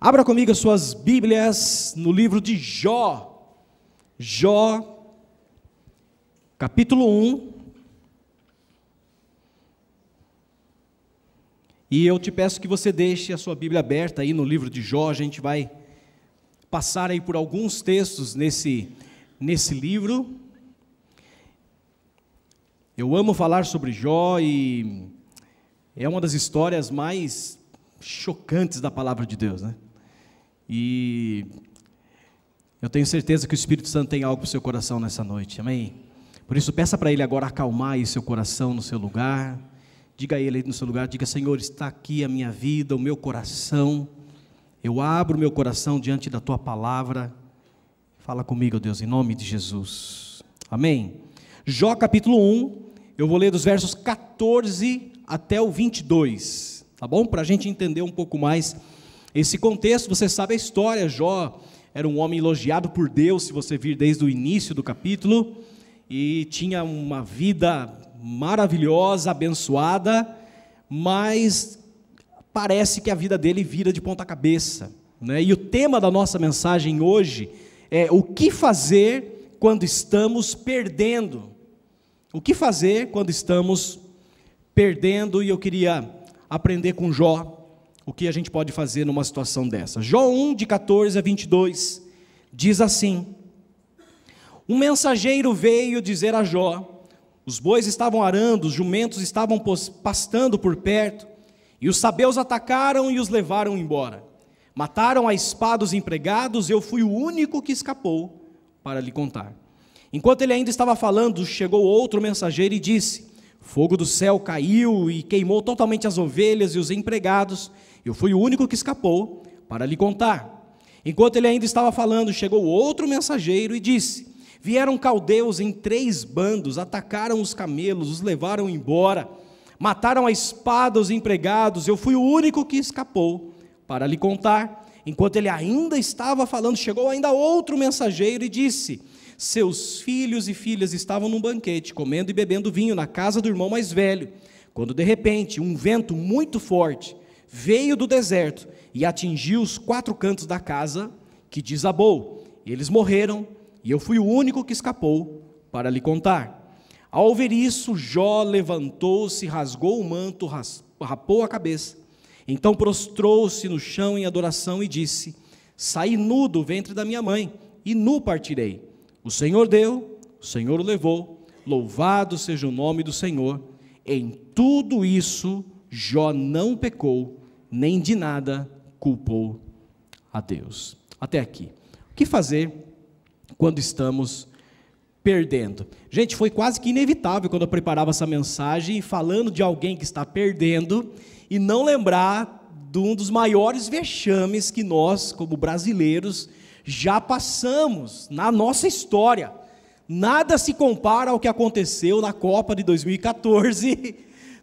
Abra comigo as suas Bíblias no livro de Jó. Jó, capítulo 1. E eu te peço que você deixe a sua Bíblia aberta aí no livro de Jó. A gente vai passar aí por alguns textos nesse livro. Eu amo falar sobre Jó e é uma das histórias mais chocantes da palavra de Deus, né? E eu tenho certeza que o Espírito Santo tem algo para o seu coração nessa noite, amém? Por isso peça para Ele agora acalmar aí seu coração no seu lugar. Diga a Ele aí no seu lugar, diga: Senhor, está aqui a minha vida, o meu coração. Eu abro o meu coração diante da Tua palavra. Fala comigo, Deus, em nome de Jesus, amém? Jó capítulo 1, eu vou ler dos versos 14 até o 22, tá bom? Para a gente entender um pouco mais esse contexto. Você sabe a história. Jó era um homem elogiado por Deus, se você vir desde o início do capítulo, e tinha uma vida maravilhosa, abençoada, mas parece que a vida dele vira de ponta cabeça, né? E o tema da nossa mensagem hoje é o que fazer quando estamos perdendo. O que fazer quando estamos perdendo? E eu queria aprender com Jó o que a gente pode fazer numa situação dessa. Jó 1, de 14 a 22, diz assim: um mensageiro veio dizer a Jó: os bois estavam arando, os jumentos estavam pastando por perto, e os sabeus atacaram e os levaram embora. Mataram a espada os empregados, eu fui o único que escapou para lhe contar. Enquanto ele ainda estava falando, chegou outro mensageiro e disse: fogo do céu caiu e queimou totalmente as ovelhas e os empregados. Eu fui o único que escapou para lhe contar. Enquanto ele ainda estava falando, chegou outro mensageiro e disse: vieram caldeus em 3 bandos, atacaram os camelos, os levaram embora, mataram a espada os empregados. Eu fui o único que escapou para lhe contar. Enquanto ele ainda estava falando, chegou ainda outro mensageiro e disse: seus filhos e filhas estavam num banquete, comendo e bebendo vinho na casa do irmão mais velho, quando de repente um vento muito forte veio do deserto e atingiu os 4 cantos da casa, que desabou, e eles morreram, e eu fui o único que escapou para lhe contar. Ao ouvir isso, Jó levantou-se, rasgou o manto, rapou a cabeça, então prostrou-se no chão em adoração e disse: saí nu do ventre da minha mãe, e nu partirei. O Senhor deu, o Senhor o levou, louvado seja o nome do Senhor. Em tudo isso, Jó não pecou, nem de nada culpou a Deus. Até aqui. O que fazer quando estamos perdendo? Gente, foi quase que inevitável quando eu preparava essa mensagem, falando de alguém que está perdendo, e não lembrar de um dos maiores vexames que nós, como brasileiros, já passamos na nossa história. Nada se compara ao que aconteceu na Copa de 2014,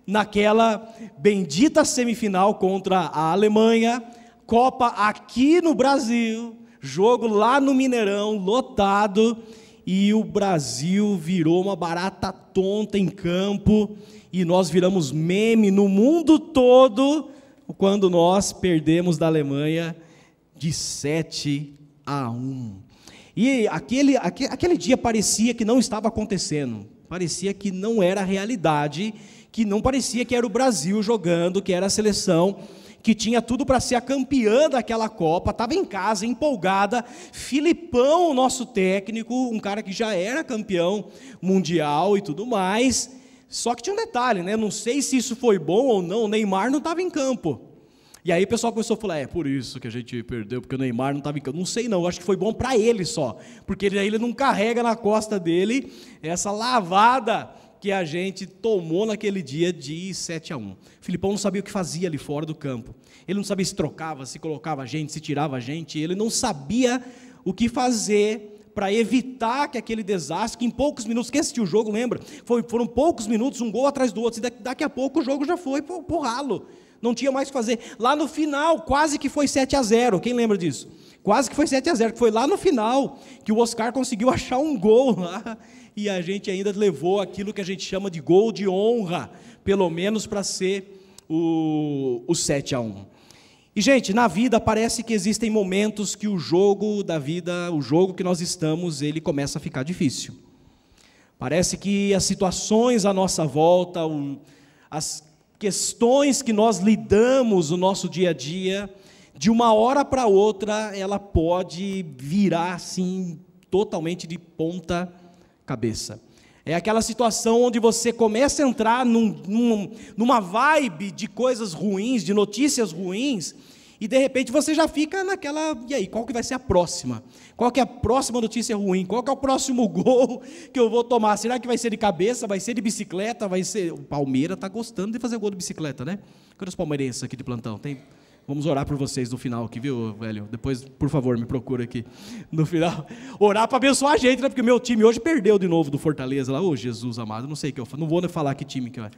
naquela bendita semifinal contra a Alemanha, Copa aqui no Brasil, jogo lá no Mineirão, lotado, e o Brasil virou uma barata tonta em campo, e nós viramos meme no mundo todo, quando nós perdemos da Alemanha de 7-1. E aquele dia parecia que não estava acontecendo, parecia que não era a realidade, que não parecia que era o Brasil jogando, que era a seleção que tinha tudo para ser a campeã daquela Copa, estava em casa, empolgada. Filipão, o nosso técnico, um cara que já era campeão mundial e tudo mais, só que tinha um detalhe, né? Não sei se isso foi bom ou não, o Neymar não estava em campo. E aí o pessoal começou a falar: é por isso que a gente perdeu, porque o Neymar não estava em campo. Não sei não, acho que foi bom para ele só, porque ele não carrega na costa dele essa lavada que a gente tomou naquele dia de 7-1. Filipão não sabia o que fazia ali fora do campo. Ele não sabia se trocava, se colocava a gente, se tirava a gente. Ele não sabia o que fazer para evitar que aquele desastre, que em poucos minutos, quem assistiu o jogo lembra, foram poucos minutos, um gol atrás do outro, e daqui a pouco o jogo já foi pro ralo. Não tinha mais o que fazer. Lá no final, quase que foi 7-0. Quem lembra disso? Quase que foi 7-0, que foi lá no final que o Oscar conseguiu achar um gol lá, e a gente ainda levou aquilo que a gente chama de gol de honra, pelo menos para ser o 7-1. E, gente, na vida parece que existem momentos que o jogo da vida, o jogo que nós estamos, ele começa a ficar difícil. Parece que as situações à nossa volta, as questões que nós lidamos no nosso dia a dia, de uma hora para outra, ela pode virar assim, totalmente de ponta cabeça. É aquela situação onde você começa a entrar numa vibe de coisas ruins, de notícias ruins, e de repente você já fica naquela, e aí, qual que vai ser a próxima? Qual que é a próxima notícia ruim? Qual que é o próximo gol que eu vou tomar? Será que vai ser de cabeça? Vai ser de bicicleta? Vai ser... O Palmeiras está gostando de fazer gol de bicicleta, né? Cadê os palmeirenses aqui de plantão? Vamos orar por vocês no final aqui, viu, velho? Depois, por favor, me procura aqui no final. Orar para abençoar a gente, né? Porque o meu time hoje perdeu de novo do Fortaleza lá. Ô, Jesus amado, não sei o que eu falo. Não vou falar que time que é.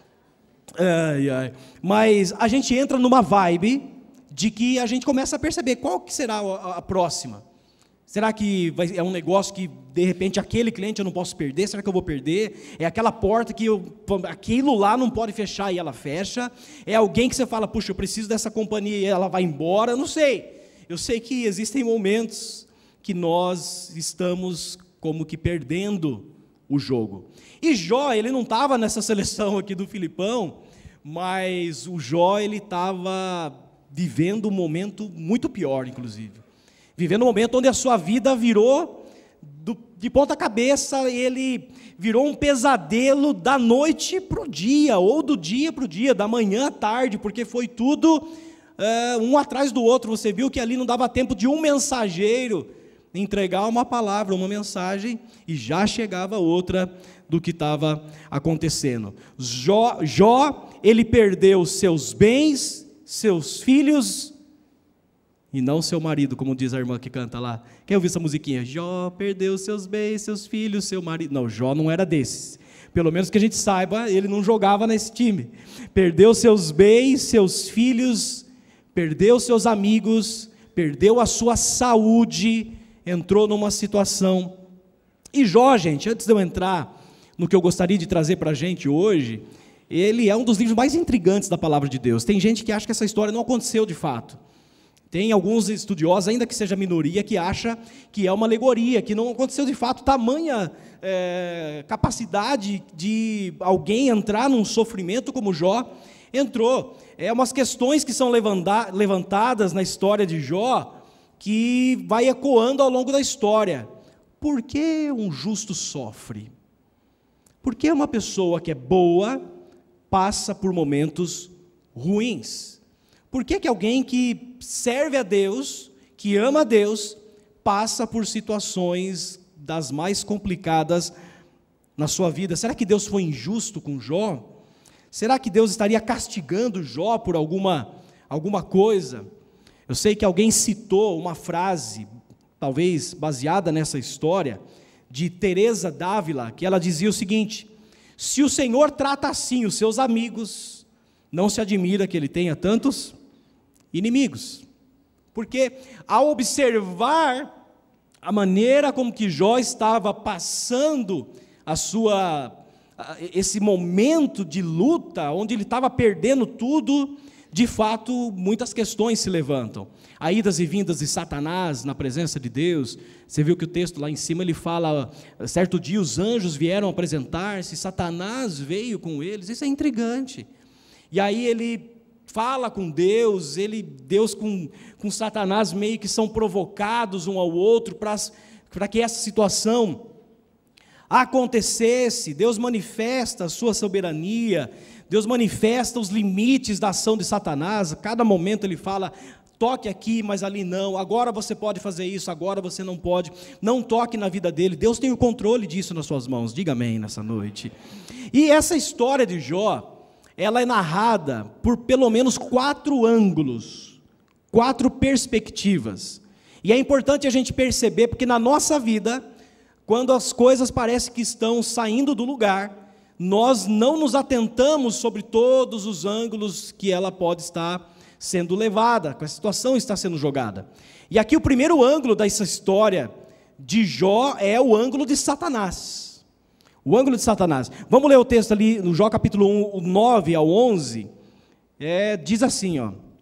Mas a gente entra numa vibe de que a gente começa a perceber qual que será a próxima. Será que é um negócio que, de repente, aquele cliente eu não posso perder? Será que eu vou perder? É aquela porta que aquilo lá não pode fechar e ela fecha? É alguém que você fala, puxa, eu preciso dessa companhia e ela vai embora? Eu não sei. Eu sei que existem momentos que nós estamos como que perdendo o jogo. E Jó, ele não estava nessa seleção aqui do Filipão, mas o Jó, ele estava vivendo um momento muito pior, inclusive. Vivendo um momento onde a sua vida virou, de ponta cabeça, ele virou um pesadelo da noite para o dia, ou do dia para o dia, da manhã à tarde, porque foi tudo um atrás do outro. Você viu que ali não dava tempo de um mensageiro entregar uma palavra, uma mensagem, e já chegava outra do que estava acontecendo. Jó, ele perdeu seus bens, seus filhos, e não seu marido, como diz a irmã que canta lá. Quem ouviu essa musiquinha? Jó perdeu seus bens, seus filhos, seu marido. Não, Jó não era desses. Pelo menos que a gente saiba, ele não jogava nesse time. Perdeu seus bens, seus filhos, perdeu seus amigos, perdeu a sua saúde, entrou numa situação. E Jó, gente, antes de eu entrar no que eu gostaria de trazer para a gente hoje, ele é um dos livros mais intrigantes da palavra de Deus. Tem gente que acha que essa história não aconteceu de fato. Tem alguns estudiosos, ainda que seja minoria, que acha que é uma alegoria, que não aconteceu de fato. Tamanha capacidade de alguém entrar num sofrimento como Jó entrou. É umas questões que são levantadas na história de Jó, que vai ecoando ao longo da história. Por que um justo sofre? Por que uma pessoa que é boa passa por momentos ruins? Por que alguém que serve a Deus, que ama a Deus, passa por situações das mais complicadas na sua vida? Será que Deus foi injusto com Jó? Será que Deus estaria castigando Jó por alguma coisa? Eu sei que alguém citou uma frase, talvez baseada nessa história, de Teresa d'Ávila, que ela dizia o seguinte: se o Senhor trata assim os seus amigos, não se admira que ele tenha tantos inimigos. Porque ao observar a maneira como que Jó estava passando esse momento de luta, onde ele estava perdendo tudo, de fato, muitas questões se levantam. A idas e vindas de Satanás na presença de Deus. Você viu que o texto lá em cima, ele fala, certo dia os anjos vieram apresentar-se, Satanás veio com eles. Isso é intrigante. E aí ele fala com Deus, Deus com Satanás meio que são provocados um ao outro para que essa situação acontecesse. Deus manifesta a sua soberania, Deus manifesta os limites da ação de Satanás. A cada momento ele fala, toque aqui, mas ali não, agora você pode fazer isso, agora você não pode, não toque na vida dele. Deus tem o controle disso nas suas mãos. Diga amém nessa noite. E essa história de Jó, ela é narrada por pelo menos 4 ângulos, 4 perspectivas. E é importante a gente perceber, porque na nossa vida, quando as coisas parecem que estão saindo do lugar, nós não nos atentamos sobre todos os ângulos que ela pode estar sendo levada, que a situação está sendo jogada. E aqui o primeiro ângulo dessa história de Jó é o ângulo de Satanás. O ângulo de Satanás. Vamos ler o texto ali no Jó capítulo 1, 9 ao 11. Diz assim, ó: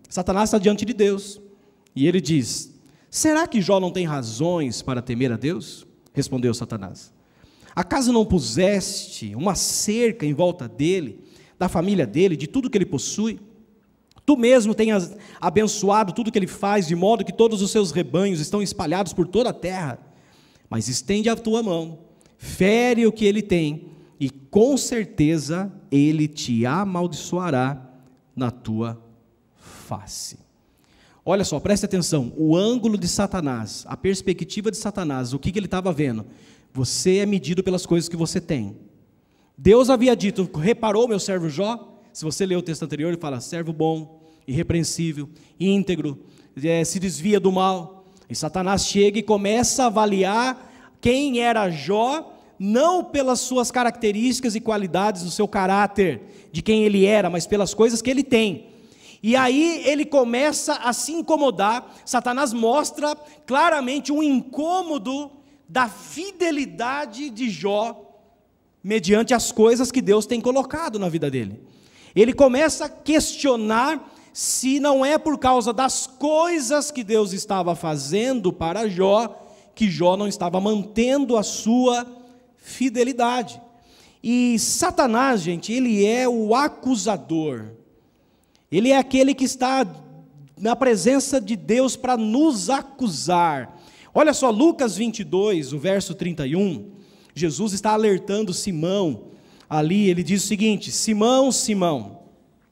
Satanás está diante de Deus, e ele diz: será que Jó não tem razões para temer a Deus? Respondeu Satanás: acaso não puseste uma cerca em volta dele, da família dele, de tudo que ele possui? Tu mesmo tens abençoado tudo que ele faz, de modo que todos os seus rebanhos estão espalhados por toda a terra. Mas estende a tua mão, fere o que ele tem, e com certeza ele te amaldiçoará na tua face. Olha só, preste atenção, o ângulo de Satanás, a perspectiva de Satanás, o que ele estava vendo? Você é medido pelas coisas que você tem. Deus havia dito: reparou meu servo Jó? Se você ler o texto anterior, ele fala: servo bom, irrepreensível, íntegro, se desvia do mal. E Satanás chega e começa a avaliar quem era Jó, não pelas suas características e qualidades do seu caráter, de quem ele era, mas pelas coisas que ele tem. E aí ele começa a se incomodar. Satanás mostra claramente um incômodo da fidelidade de Jó, mediante as coisas que Deus tem colocado na vida dele. Ele começa a questionar se não é por causa das coisas que Deus estava fazendo para Jó, que Jó não estava mantendo a sua fidelidade. E Satanás, gente, ele é o acusador. Ele é aquele que está na presença de Deus para nos acusar. Olha só, Lucas 22, o verso 31, Jesus está alertando Simão. Ali ele diz o seguinte: Simão, Simão,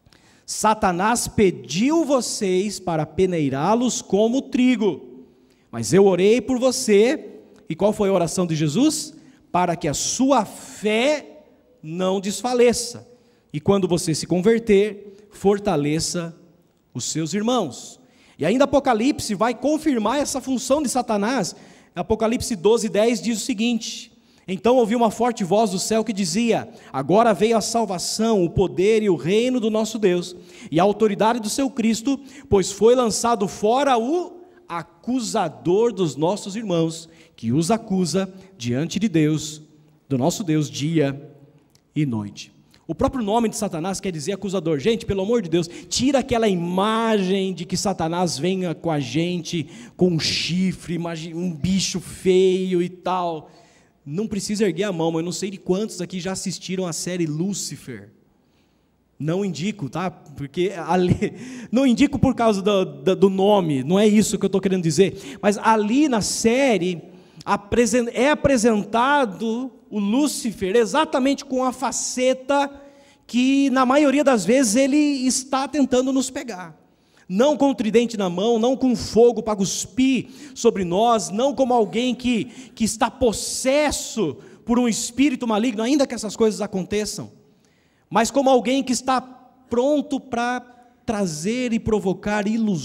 Satanás pediu vocês para peneirá-los como trigo, mas eu orei por você. E qual foi a oração de Jesus? Para que a sua fé não desfaleça, e quando você se converter, fortaleça os seus irmãos. E ainda Apocalipse vai confirmar essa função de Satanás. Apocalipse 12:10 diz o seguinte: então ouvi uma forte voz do céu que dizia: agora veio a salvação, o poder e o reino do nosso Deus, e a autoridade do seu Cristo, pois foi lançado fora o acusador dos nossos irmãos, que os acusa diante de Deus, do nosso Deus, dia e noite. O próprio nome de Satanás quer dizer acusador. Gente, pelo amor de Deus, tira aquela imagem de que Satanás venha com a gente com um chifre, um bicho feio e tal. Não precisa erguer a mão, mas eu não sei de quantos aqui já assistiram a série Lúcifer. Não indico, tá? Porque ali, não indico por causa do nome, não é isso que eu estou querendo dizer. Mas ali na série é apresentado o Lúcifer exatamente com a faceta que na maioria das vezes ele está tentando nos pegar. Não com o tridente na mão, não com fogo para cuspir sobre nós, não como alguém que está possesso por um espírito maligno, ainda que essas coisas aconteçam, mas como alguém que está pronto para trazer e provocar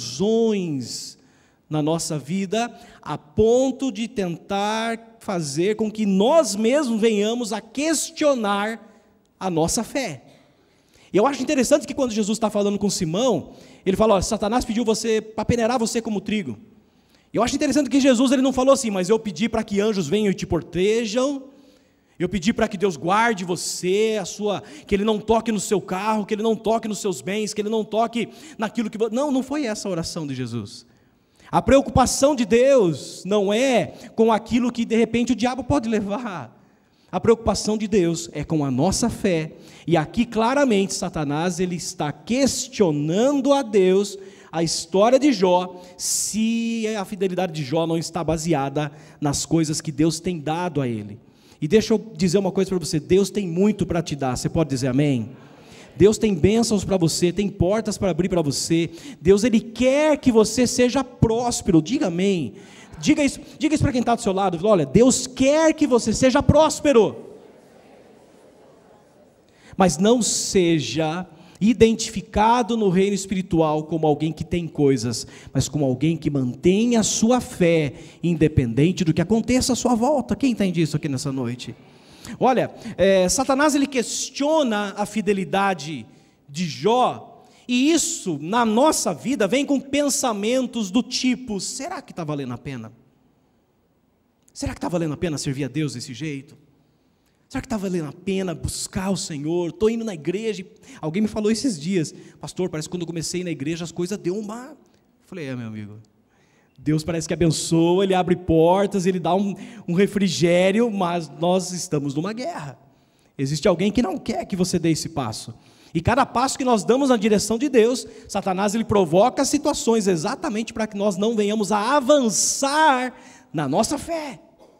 ilusões na nossa vida, a ponto de tentar fazer com que nós mesmos venhamos a questionar a nossa fé. E eu acho interessante que quando Jesus está falando com Simão, ele fala: olha, Satanás pediu você para peneirar você como trigo. E eu acho interessante que Jesus ele não falou assim: mas eu pedi para que anjos venham e te protejam, eu pedi para que Deus guarde você, que Ele não toque no seu carro, que Ele não toque nos seus bens, que Ele não toque naquilo que você... Não foi essa a oração de Jesus. A preocupação de Deus não é com aquilo que de repente o diabo pode levar. A preocupação de Deus é com a nossa fé. E aqui claramente Satanás ele está questionando a Deus, a história de Jó, se a fidelidade de Jó não está baseada nas coisas que Deus tem dado a ele. E deixa eu dizer uma coisa para você: Deus tem muito para te dar. Você pode dizer amém? Deus tem bênçãos para você, tem portas para abrir para você. Deus ele quer que você seja próspero. Diga amém. Diga isso para quem está do seu lado. Olha, Deus quer que você seja próspero, mas não seja identificado no reino espiritual como alguém que tem coisas, mas como alguém que mantém a sua fé, independente do que aconteça à sua volta. Quem entende isso aqui nessa noite? Olha, Satanás ele questiona a fidelidade de Jó, e isso na nossa vida vem com pensamentos do tipo: será que está valendo a pena? Será que está valendo a pena servir a Deus desse jeito? Será que está valendo a pena buscar o Senhor? Estou indo na igreja. Alguém me falou esses dias, pastor, parece que quando eu comecei a ir na igreja as coisas deu uma... Eu falei, meu amigo, Deus parece que abençoa, Ele abre portas, Ele dá um refrigério, mas nós estamos numa guerra. Existe alguém que não quer que você dê esse passo. E cada passo que nós damos na direção de Deus, Satanás ele provoca situações exatamente para que nós não venhamos a avançar na nossa fé.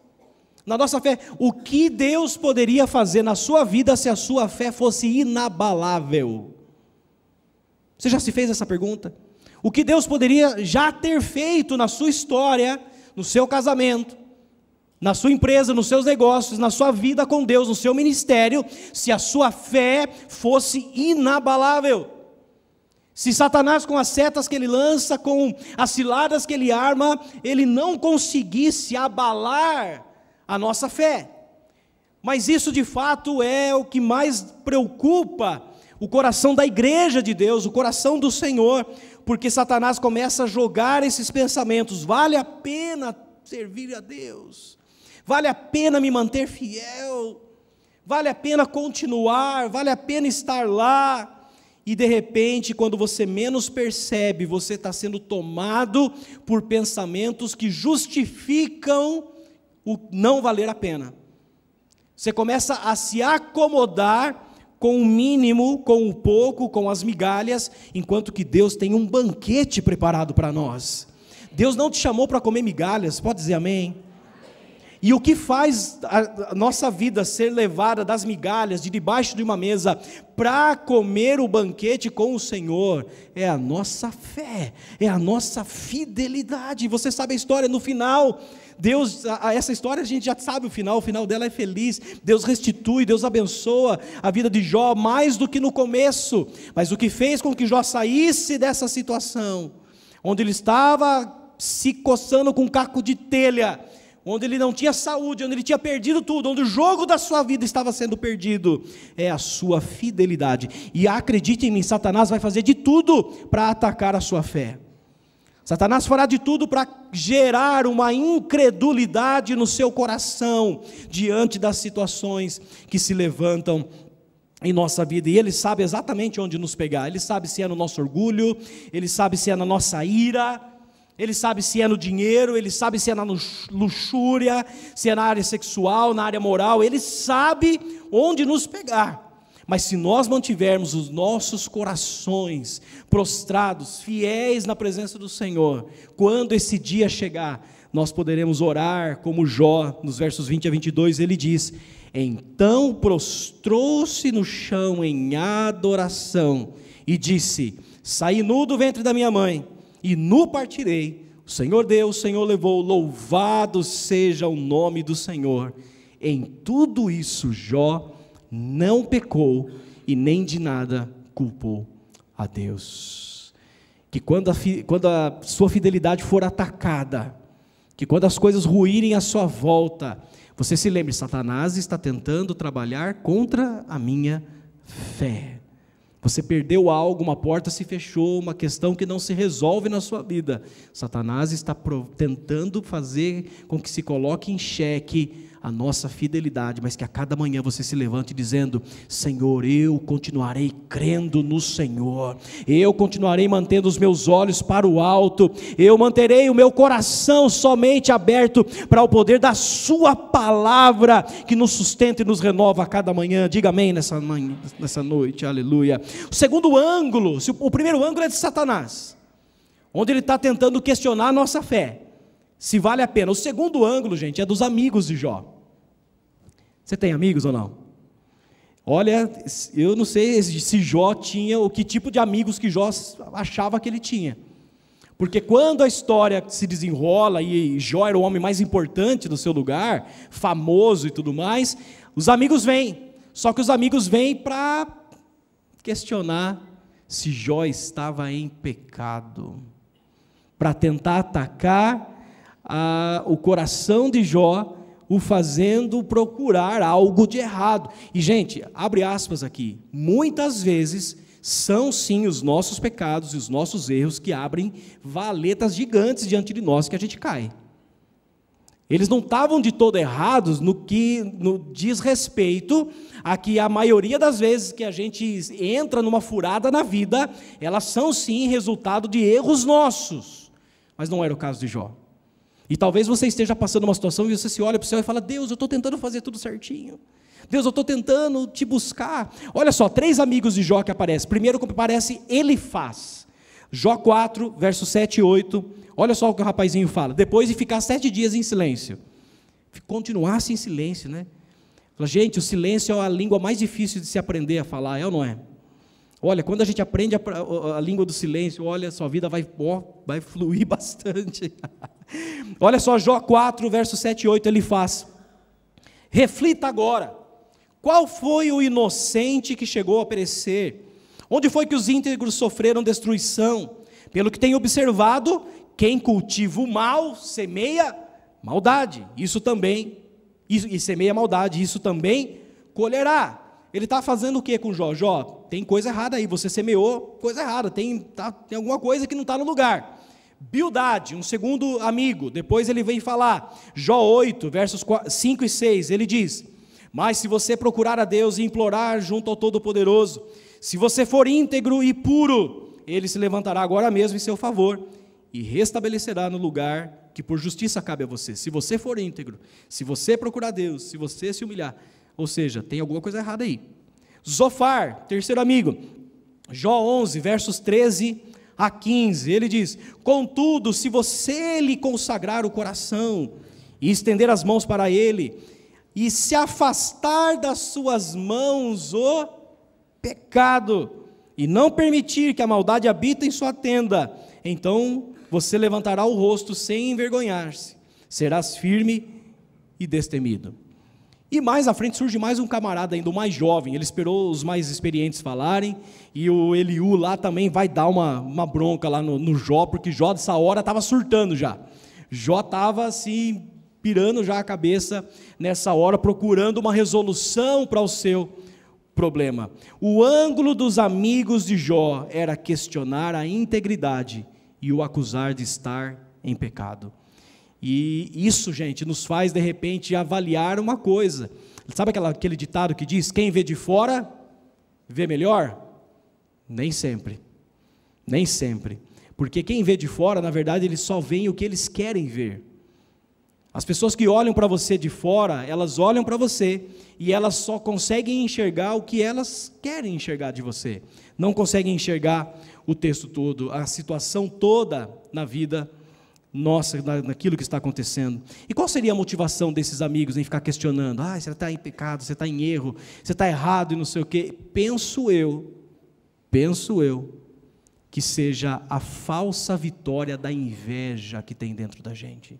Na nossa fé, o que Deus poderia fazer na sua vida se a sua fé fosse inabalável? Você já se fez essa pergunta? O que Deus poderia já ter feito na sua história, no seu casamento, na sua empresa, nos seus negócios, na sua vida com Deus, no seu ministério, se a sua fé fosse inabalável? Se Satanás, com as setas que ele lança, com as ciladas que ele arma, ele não conseguisse abalar a nossa fé. Mas isso de fato é o que mais preocupa o coração da igreja de Deus, o coração do Senhor, porque Satanás começa a jogar esses pensamentos: vale a pena servir a Deus? Vale a pena me manter fiel? Vale a pena continuar? Vale a pena estar lá? E de repente, quando você menos percebe, você está sendo tomado por pensamentos que justificam o não valer a pena. Você começa a se acomodar com o mínimo, com o pouco, com as migalhas, enquanto que Deus tem um banquete preparado para nós. Deus não te chamou para comer migalhas, pode dizer amém? E o que faz a nossa vida ser levada das migalhas, de debaixo de uma mesa, para comer o banquete com o Senhor, é a nossa fé, é a nossa fidelidade. Você sabe a história, no final, Deus, essa história a gente já sabe o final dela é feliz, Deus restitui, Deus abençoa a vida de Jó mais do que no começo. Mas o que fez com que Jó saísse dessa situação, onde ele estava se coçando com um caco de telha, onde ele não tinha saúde, onde ele tinha perdido tudo, onde o jogo da sua vida estava sendo perdido, é a sua fidelidade. E acredite em mim, Satanás vai fazer de tudo para atacar a sua fé. Satanás fará de tudo para gerar uma incredulidade no seu coração, diante das situações que se levantam em nossa vida, e ele sabe exatamente onde nos pegar. Ele sabe se é no nosso orgulho, ele sabe se é na nossa ira, ele sabe se é no dinheiro, ele sabe se é na luxúria, se é na área sexual, na área moral, ele sabe onde nos pegar. Mas se nós mantivermos os nossos corações prostrados, fiéis na presença do Senhor, quando esse dia chegar, nós poderemos orar como Jó, nos versos 20 a 22, ele diz: então prostrou-se no chão em adoração e disse: saí nu do ventre da minha mãe, e nu partirei. O Senhor deu, o Senhor levou, louvado seja o nome do Senhor. Em tudo isso Jó não pecou e nem de nada culpou a Deus. Que quando a sua fidelidade for atacada, que quando as coisas ruírem à sua volta, você se lembre: Satanás está tentando trabalhar contra a minha fé. Você perdeu algo, uma porta se fechou, uma questão que não se resolve na sua vida. Satanás está tentando fazer com que se coloque em xeque a nossa fidelidade, mas que a cada manhã você se levante dizendo: Senhor, eu continuarei crendo no Senhor, eu continuarei mantendo os meus olhos para o alto, eu manterei o meu coração somente aberto para o poder da sua palavra, que nos sustenta e nos renova a cada manhã. Diga amém nessa noite, aleluia. O segundo ângulo, o primeiro ângulo é de Satanás, onde ele está tentando questionar a nossa fé, se vale a pena. O segundo ângulo, gente, é dos amigos de Jó. Você tem amigos ou não? Olha, eu não sei se Jó tinha, ou que tipo de amigos que Jó achava que ele tinha. Porque quando a história se desenrola, e Jó era o homem mais importante do seu lugar, famoso e tudo mais, os amigos vêm. Só que os amigos vêm para questionar se Jó estava em pecado, para tentar atacar o coração de Jó, o fazendo procurar algo de errado. E gente, abre aspas aqui, muitas vezes são sim os nossos pecados e os nossos erros que abrem valetas gigantes diante de nós, que a gente cai. Eles não estavam de todo errados no que diz respeito a que a maioria das vezes que a gente entra numa furada na vida, elas são sim resultado de erros nossos, mas não era o caso de Jó. E talvez você esteja passando uma situação e você se olha para o céu e fala: Deus, eu estou tentando fazer tudo certinho, Deus, eu estou tentando te buscar. Olha só, 3 amigos de Jó que aparecem. Primeiro que aparece Elifaz, Jó 4, versos 7 e 8, olha só o que o rapazinho fala: depois de ficar 7 dias em silêncio, continuasse em silêncio, né? Fala, gente, o silêncio é a língua mais difícil de se aprender a falar, é ou não é? Olha, quando a gente aprende a língua do silêncio, olha, sua vida vai fluir bastante. Olha só, Jó 4, versos 7 e 8, ele faz: reflita agora, qual foi o inocente que chegou a perecer? Onde foi que os íntegros sofreram destruição? Pelo que tenho observado, quem cultiva o mal, semeia maldade, e semeia maldade, isso também colherá. Ele está fazendo o que com Jó? Jó, tem coisa errada aí, você semeou coisa errada, tem alguma coisa que não está no lugar. Bildade, um segundo amigo, depois ele vem falar, Jó 8, versos 5 e 6, ele diz: mas se você procurar a Deus e implorar junto ao Todo-Poderoso, se você for íntegro e puro, ele se levantará agora mesmo em seu favor, e restabelecerá no lugar que por justiça cabe a você. Se você for íntegro, se você procurar Deus, se você se humilhar, ou seja, tem alguma coisa errada aí. Zofar, terceiro amigo, Jó 11, versos 13 a 15, ele diz: contudo, se você lhe consagrar o coração, e estender as mãos para ele, e se afastar das suas mãos o pecado, e não permitir que a maldade habite em sua tenda, então você levantará o rosto sem envergonhar-se, serás firme e destemido. E mais à frente surge mais um camarada ainda, o mais jovem, ele esperou os mais experientes falarem, e o Eliú lá também vai dar uma bronca lá no Jó, porque Jó dessa hora estava surtando já, Jó estava assim, pirando já a cabeça nessa hora, procurando uma resolução para o seu problema. O ângulo dos amigos de Jó era questionar a integridade e o acusar de estar em pecado. E isso, gente, nos faz de repente avaliar uma coisa. Sabe aquele ditado que diz: quem vê de fora, vê melhor? Nem sempre, nem sempre, porque quem vê de fora, na verdade, eles só veem o que eles querem ver. As pessoas que olham para você de fora, elas olham para você e elas só conseguem enxergar o que elas querem enxergar de você, não conseguem enxergar o texto todo, a situação toda na vida nossa, naquilo que está acontecendo. E qual seria a motivação desses amigos em ficar questionando: você está em pecado, você está em erro, você está errado e não sei o quê? Penso eu, que seja a falsa vitória da inveja que tem dentro da gente.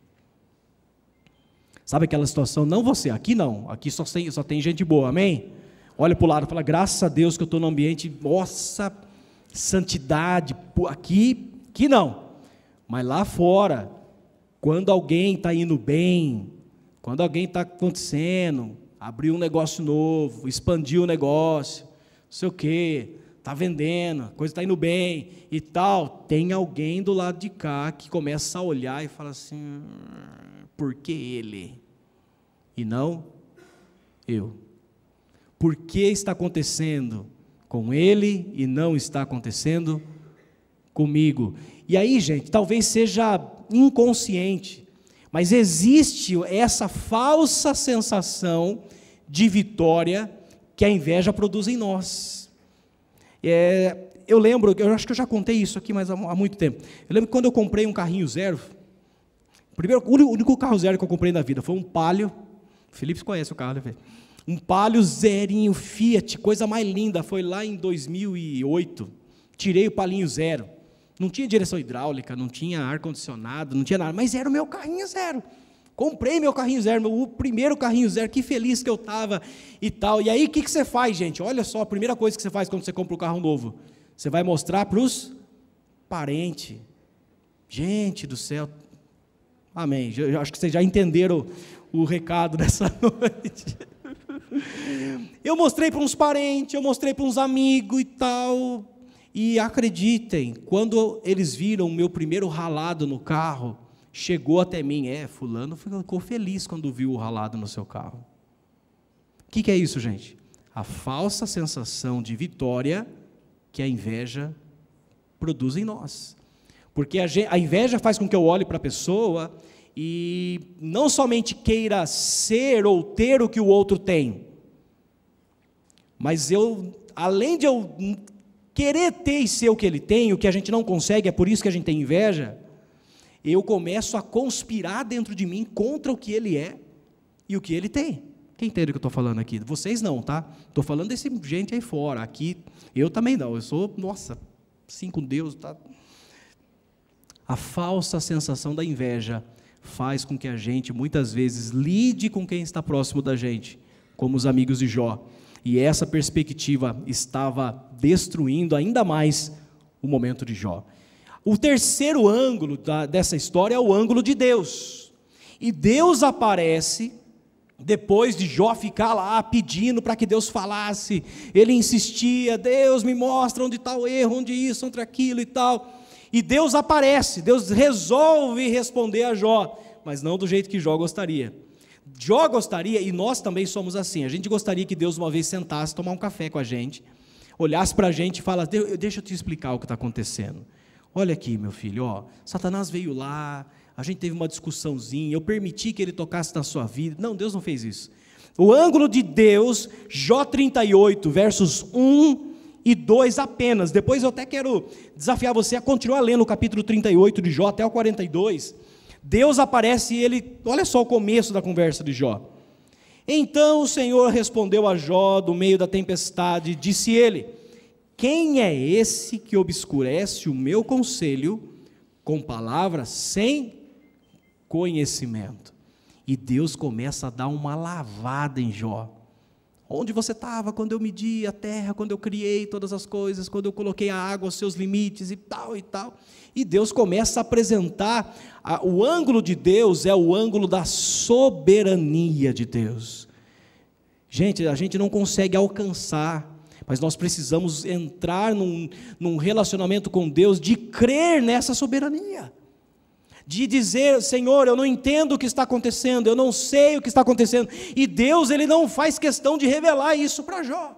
Sabe aquela situação? Não você, aqui não, aqui só tem gente boa, amém? Olha para o lado e fala: graças a Deus que eu estou no ambiente, nossa, santidade, aqui não. Mas lá fora, quando alguém está indo bem, quando alguém está acontecendo, abriu um negócio novo, expandiu o negócio, não sei o quê, está vendendo, a coisa está indo bem e tal, tem alguém do lado de cá que começa a olhar e fala assim: por que ele? E não eu. Por que está acontecendo com ele e não está acontecendo comigo? E aí, gente, talvez seja inconsciente, mas existe essa falsa sensação de vitória que a inveja produz em nós. Eu lembro, eu acho que eu já contei isso aqui, mas há muito tempo. Eu lembro que quando eu comprei um carrinho zero, o único carro zero que eu comprei na vida foi um Palio. O Felipe conhece o carro, né? Um Palio zerinho Fiat, coisa mais linda. Foi lá em 2008. Tirei o Palinho zero. Não tinha direção hidráulica, não tinha ar-condicionado, não tinha nada, mas era o meu carrinho zero. Comprei meu carrinho zero, o primeiro carrinho zero, que feliz que eu estava e tal. E aí, o que você faz, gente? Olha só, a primeira coisa que você faz quando você compra um carro novo, você vai mostrar para os parentes. Gente do céu, amém. Eu acho que vocês já entenderam o recado dessa noite. Eu mostrei para uns parentes, eu mostrei para uns amigos e tal. E acreditem, quando eles viram o meu primeiro ralado no carro, chegou até mim. Fulano ficou feliz quando viu o ralado no seu carro. O que é isso, gente? A falsa sensação de vitória que a inveja produz em nós. Porque a inveja faz com que eu olhe para a pessoa e não somente queira ser ou ter o que o outro tem, mas além de eu querer ter e ser o que ele tem, o que a gente não consegue, é por isso que a gente tem inveja, eu começo a conspirar dentro de mim contra o que ele é e o que ele tem. Quem entende o que eu estou falando aqui? Vocês não, tá? Estou falando desse gente aí fora. Aqui, eu também não. Eu sou, sim com Deus, tá? A falsa sensação da inveja faz com que a gente, muitas vezes, lide com quem está próximo da gente, como os amigos de Jó. E essa perspectiva estava destruindo ainda mais o momento de Jó. O terceiro ângulo dessa história é o ângulo de Deus. E Deus aparece, depois de Jó ficar lá pedindo para que Deus falasse, ele insistia: Deus me mostra onde está o erro, onde isso, onde aquilo e tal. E Deus aparece, Deus resolve responder a Jó, mas não do jeito que Jó gostaria. Jó gostaria, e nós também somos assim, a gente gostaria que Deus uma vez sentasse, tomar um café com a gente, olhasse para a gente e falasse: deixa eu te explicar o que está acontecendo. Olha aqui, meu filho, Satanás veio lá, a gente teve uma discussãozinha, eu permiti que ele tocasse na sua vida. Não, Deus não fez isso. O ângulo de Deus, Jó 38, versos 1 e 2 apenas. Depois eu até quero desafiar você a continuar lendo o capítulo 38 de Jó até o 42. Deus aparece e ele, olha só o começo da conversa de Jó. Então o Senhor respondeu a Jó do meio da tempestade, disse ele: quem é esse que obscurece o meu conselho com palavras sem conhecimento? E Deus começa a dar uma lavada em Jó. Onde você estava quando eu medi a terra, quando eu criei todas as coisas, quando eu coloquei a água aos seus limites e tal e tal. E Deus começa a apresentar, o ângulo de Deus é o ângulo da soberania de Deus. Gente, a gente não consegue alcançar, mas nós precisamos entrar num relacionamento com Deus, de crer nessa soberania. De dizer: Senhor, eu não entendo o que está acontecendo, eu não sei o que está acontecendo, e Deus, Ele não faz questão de revelar isso para Jó,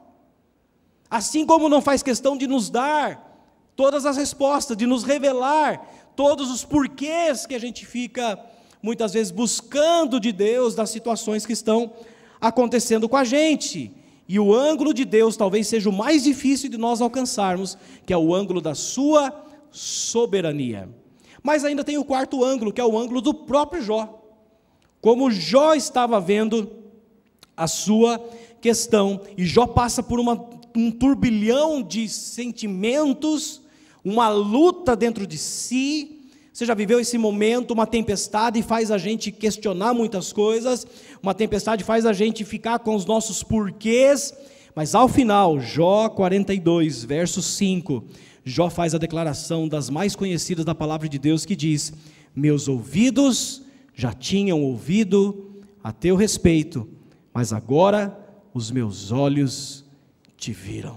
assim como não faz questão de nos dar todas as respostas, de nos revelar todos os porquês que a gente fica, muitas vezes, buscando de Deus, das situações que estão acontecendo com a gente. E o ângulo de Deus talvez seja o mais difícil de nós alcançarmos, que é o ângulo da sua soberania. Mas ainda tem o quarto ângulo, que é o ângulo do próprio Jó. Como Jó estava vendo a sua questão, e Jó passa por um turbilhão de sentimentos, uma luta dentro de si. Você já viveu esse momento? Uma tempestade faz a gente questionar muitas coisas, uma tempestade faz a gente ficar com os nossos porquês, mas ao final, Jó 42, verso 5, Jó faz a declaração das mais conhecidas da palavra de Deus, que diz: meus ouvidos já tinham ouvido a teu respeito, mas agora os meus olhos te viram.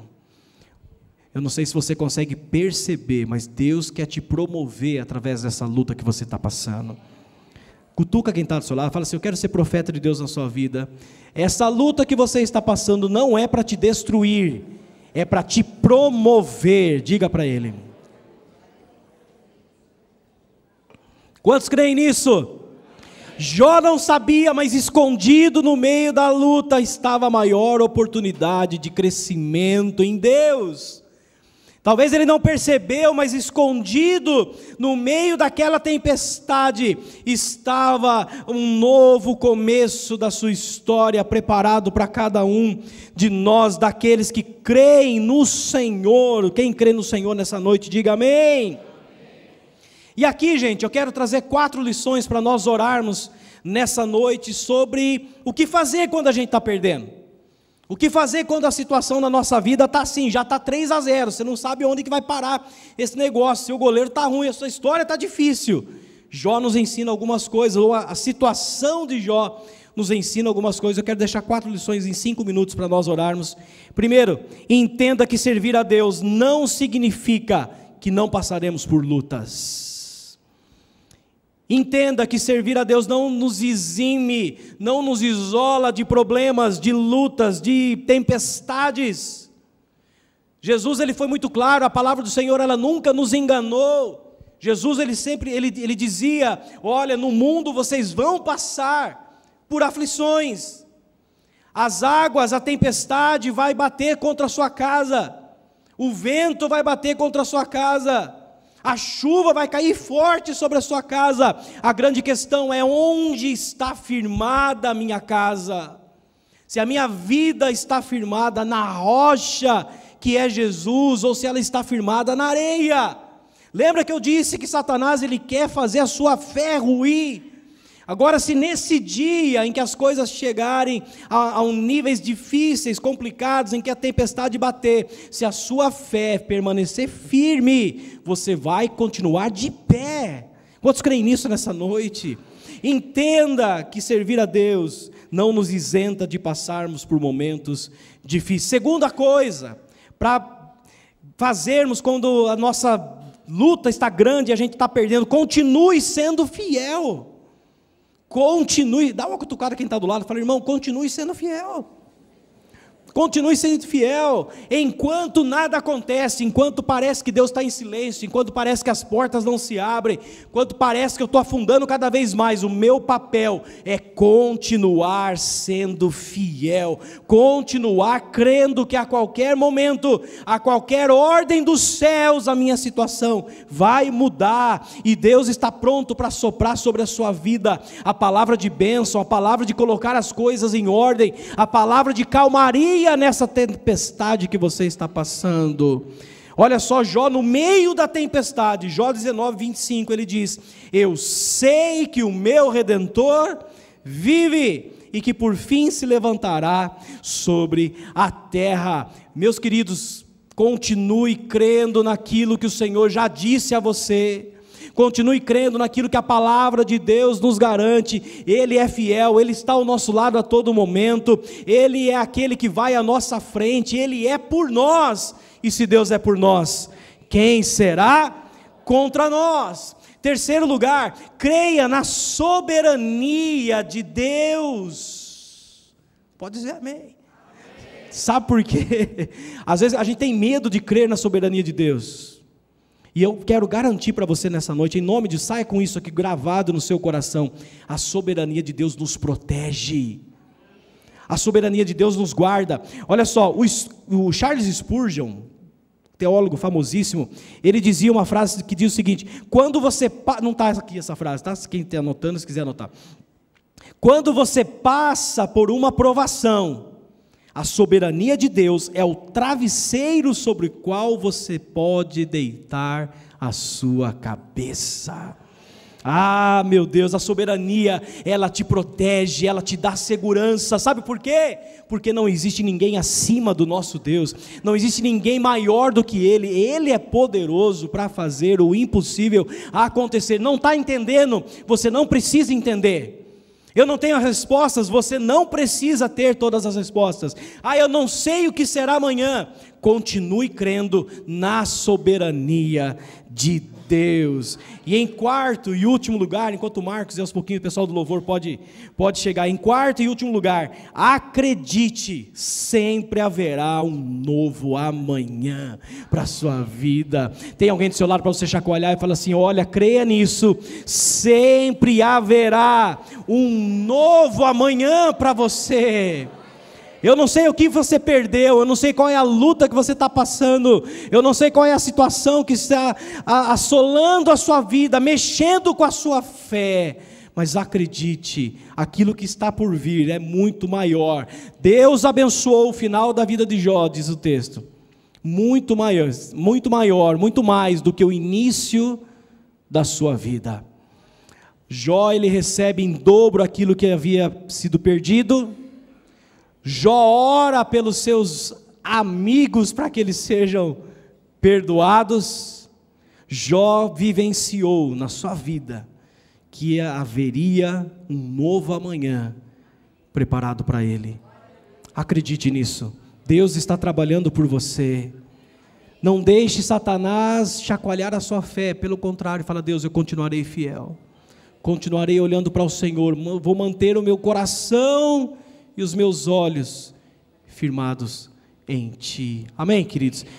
Eu não sei se você consegue perceber, mas Deus quer te promover através dessa luta que você está passando. Cutuca quem está do seu lado, fala assim: eu quero ser profeta de Deus na sua vida. Essa luta que você está passando não é para te destruir, é para te promover. Diga para ele. Quantos creem nisso? Jó não sabia, mas escondido no meio da luta estava a maior oportunidade de crescimento em Deus. Talvez ele não percebeu, mas escondido no meio daquela tempestade estava um novo começo da sua história, preparado para cada um de nós, daqueles que creem no Senhor. Quem crê no Senhor nessa noite, diga amém. E aqui, gente, eu quero trazer 4 lições para nós orarmos nessa noite sobre o que fazer quando a gente está perdendo. O que fazer quando a situação na nossa vida está assim, já está 3-0, você não sabe onde que vai parar esse negócio, se o goleiro está ruim, a sua história está difícil. Jó nos ensina algumas coisas, ou a situação de Jó nos ensina algumas coisas. Eu quero deixar 4 lições em 5 minutos para nós orarmos. Primeiro, entenda que servir a Deus não significa que não passaremos por lutas. Entenda que servir a Deus não nos exime, não nos isola de problemas, de lutas, de tempestades. Jesus, ele foi muito claro, a palavra do Senhor, ela nunca nos enganou. Jesus, ele dizia: olha, no mundo vocês vão passar por aflições. As águas, a tempestade vai bater contra a sua casa. O vento vai bater contra a sua casa. A chuva vai cair forte sobre a sua casa. A grande questão é: onde está firmada a minha casa? Se a minha vida está firmada na rocha, que é Jesus, ou se ela está firmada na areia. Lembra que eu disse que Satanás, ele quer fazer a sua fé ruir? Agora, se nesse dia em que as coisas chegarem a níveis difíceis, complicados, em que a tempestade bater, se a sua fé permanecer firme, você vai continuar de pé. Quantos creem nisso nessa noite? Entenda que servir a Deus não nos isenta de passarmos por momentos difíceis. Segunda coisa, para fazermos quando a nossa luta está grande e a gente está perdendo, continue sendo fiel. Continue, dá uma cutucada quem está do lado, fala: irmão, continue sendo fiel. Continue sendo fiel, enquanto nada acontece, enquanto parece que Deus está em silêncio, enquanto parece que as portas não se abrem, enquanto parece que eu estou afundando cada vez mais. O meu papel é continuar sendo fiel, continuar crendo que a qualquer momento, a qualquer ordem dos céus, a minha situação vai mudar, e Deus está pronto para soprar sobre a sua vida a palavra de bênção, a palavra de colocar as coisas em ordem, a palavra de calmaria nessa tempestade que você está passando. Olha só, Jó, no meio da tempestade, Jó 19:25, ele diz: eu sei que o meu Redentor vive e que por fim se levantará sobre a terra. Meus queridos, continue crendo naquilo que o Senhor já disse a você. Continue crendo naquilo que a palavra de Deus nos garante. Ele é fiel, Ele está ao nosso lado a todo momento, Ele é aquele que vai à nossa frente, Ele é por nós, e se Deus é por nós, quem será contra nós? Terceiro lugar, creia na soberania de Deus. Pode dizer amém. Sabe por quê? Às vezes a gente tem medo de crer na soberania de Deus. E eu quero garantir para você nessa noite, em nome de, saia com isso aqui gravado no seu coração: a soberania de Deus nos protege, a soberania de Deus nos guarda. Olha só, o Charles Spurgeon, teólogo famosíssimo, ele dizia uma frase que diz o seguinte: quando você, não está aqui essa frase, tá? Quem está anotando, se quiser anotar. Quando você passa por uma provação, a soberania de Deus é o travesseiro sobre o qual você pode deitar a sua cabeça. Ah, meu Deus, a soberania, ela te protege, ela te dá segurança. Sabe por quê? Porque não existe ninguém acima do nosso Deus, não existe ninguém maior do que Ele. Ele é poderoso para fazer o impossível acontecer. Não está entendendo? Você não precisa entender. Eu não tenho as respostas, você não precisa ter todas as respostas. Ah, eu não sei o que será amanhã. Continue crendo na soberania de Deus. E em quarto e último lugar, enquanto o Marcos e aos pouquinhos o pessoal do louvor pode chegar, em quarto e último lugar, acredite, sempre haverá um novo amanhã para a sua vida. Tem alguém do seu lado para você chacoalhar e falar assim: olha, creia nisso, sempre haverá um novo amanhã para você. Eu não sei o que você perdeu, eu não sei qual é a luta que você está passando, eu não sei qual é a situação que está assolando a sua vida, mexendo com a sua fé, mas acredite, aquilo que está por vir é muito maior. Deus abençoou o final da vida de Jó, diz o texto, muito maior, muito mais do que o início da sua vida. Jó, ele recebe em dobro aquilo que havia sido perdido. Jó ora pelos seus amigos para que eles sejam perdoados. Jó vivenciou na sua vida que haveria um novo amanhã preparado para ele. Acredite nisso, Deus está trabalhando por você. Não deixe Satanás chacoalhar a sua fé, pelo contrário, fala: Deus, eu continuarei fiel. continuarei olhando para o Senhor, vou manter o meu coração e os meus olhos firmados em Ti. Amém, queridos?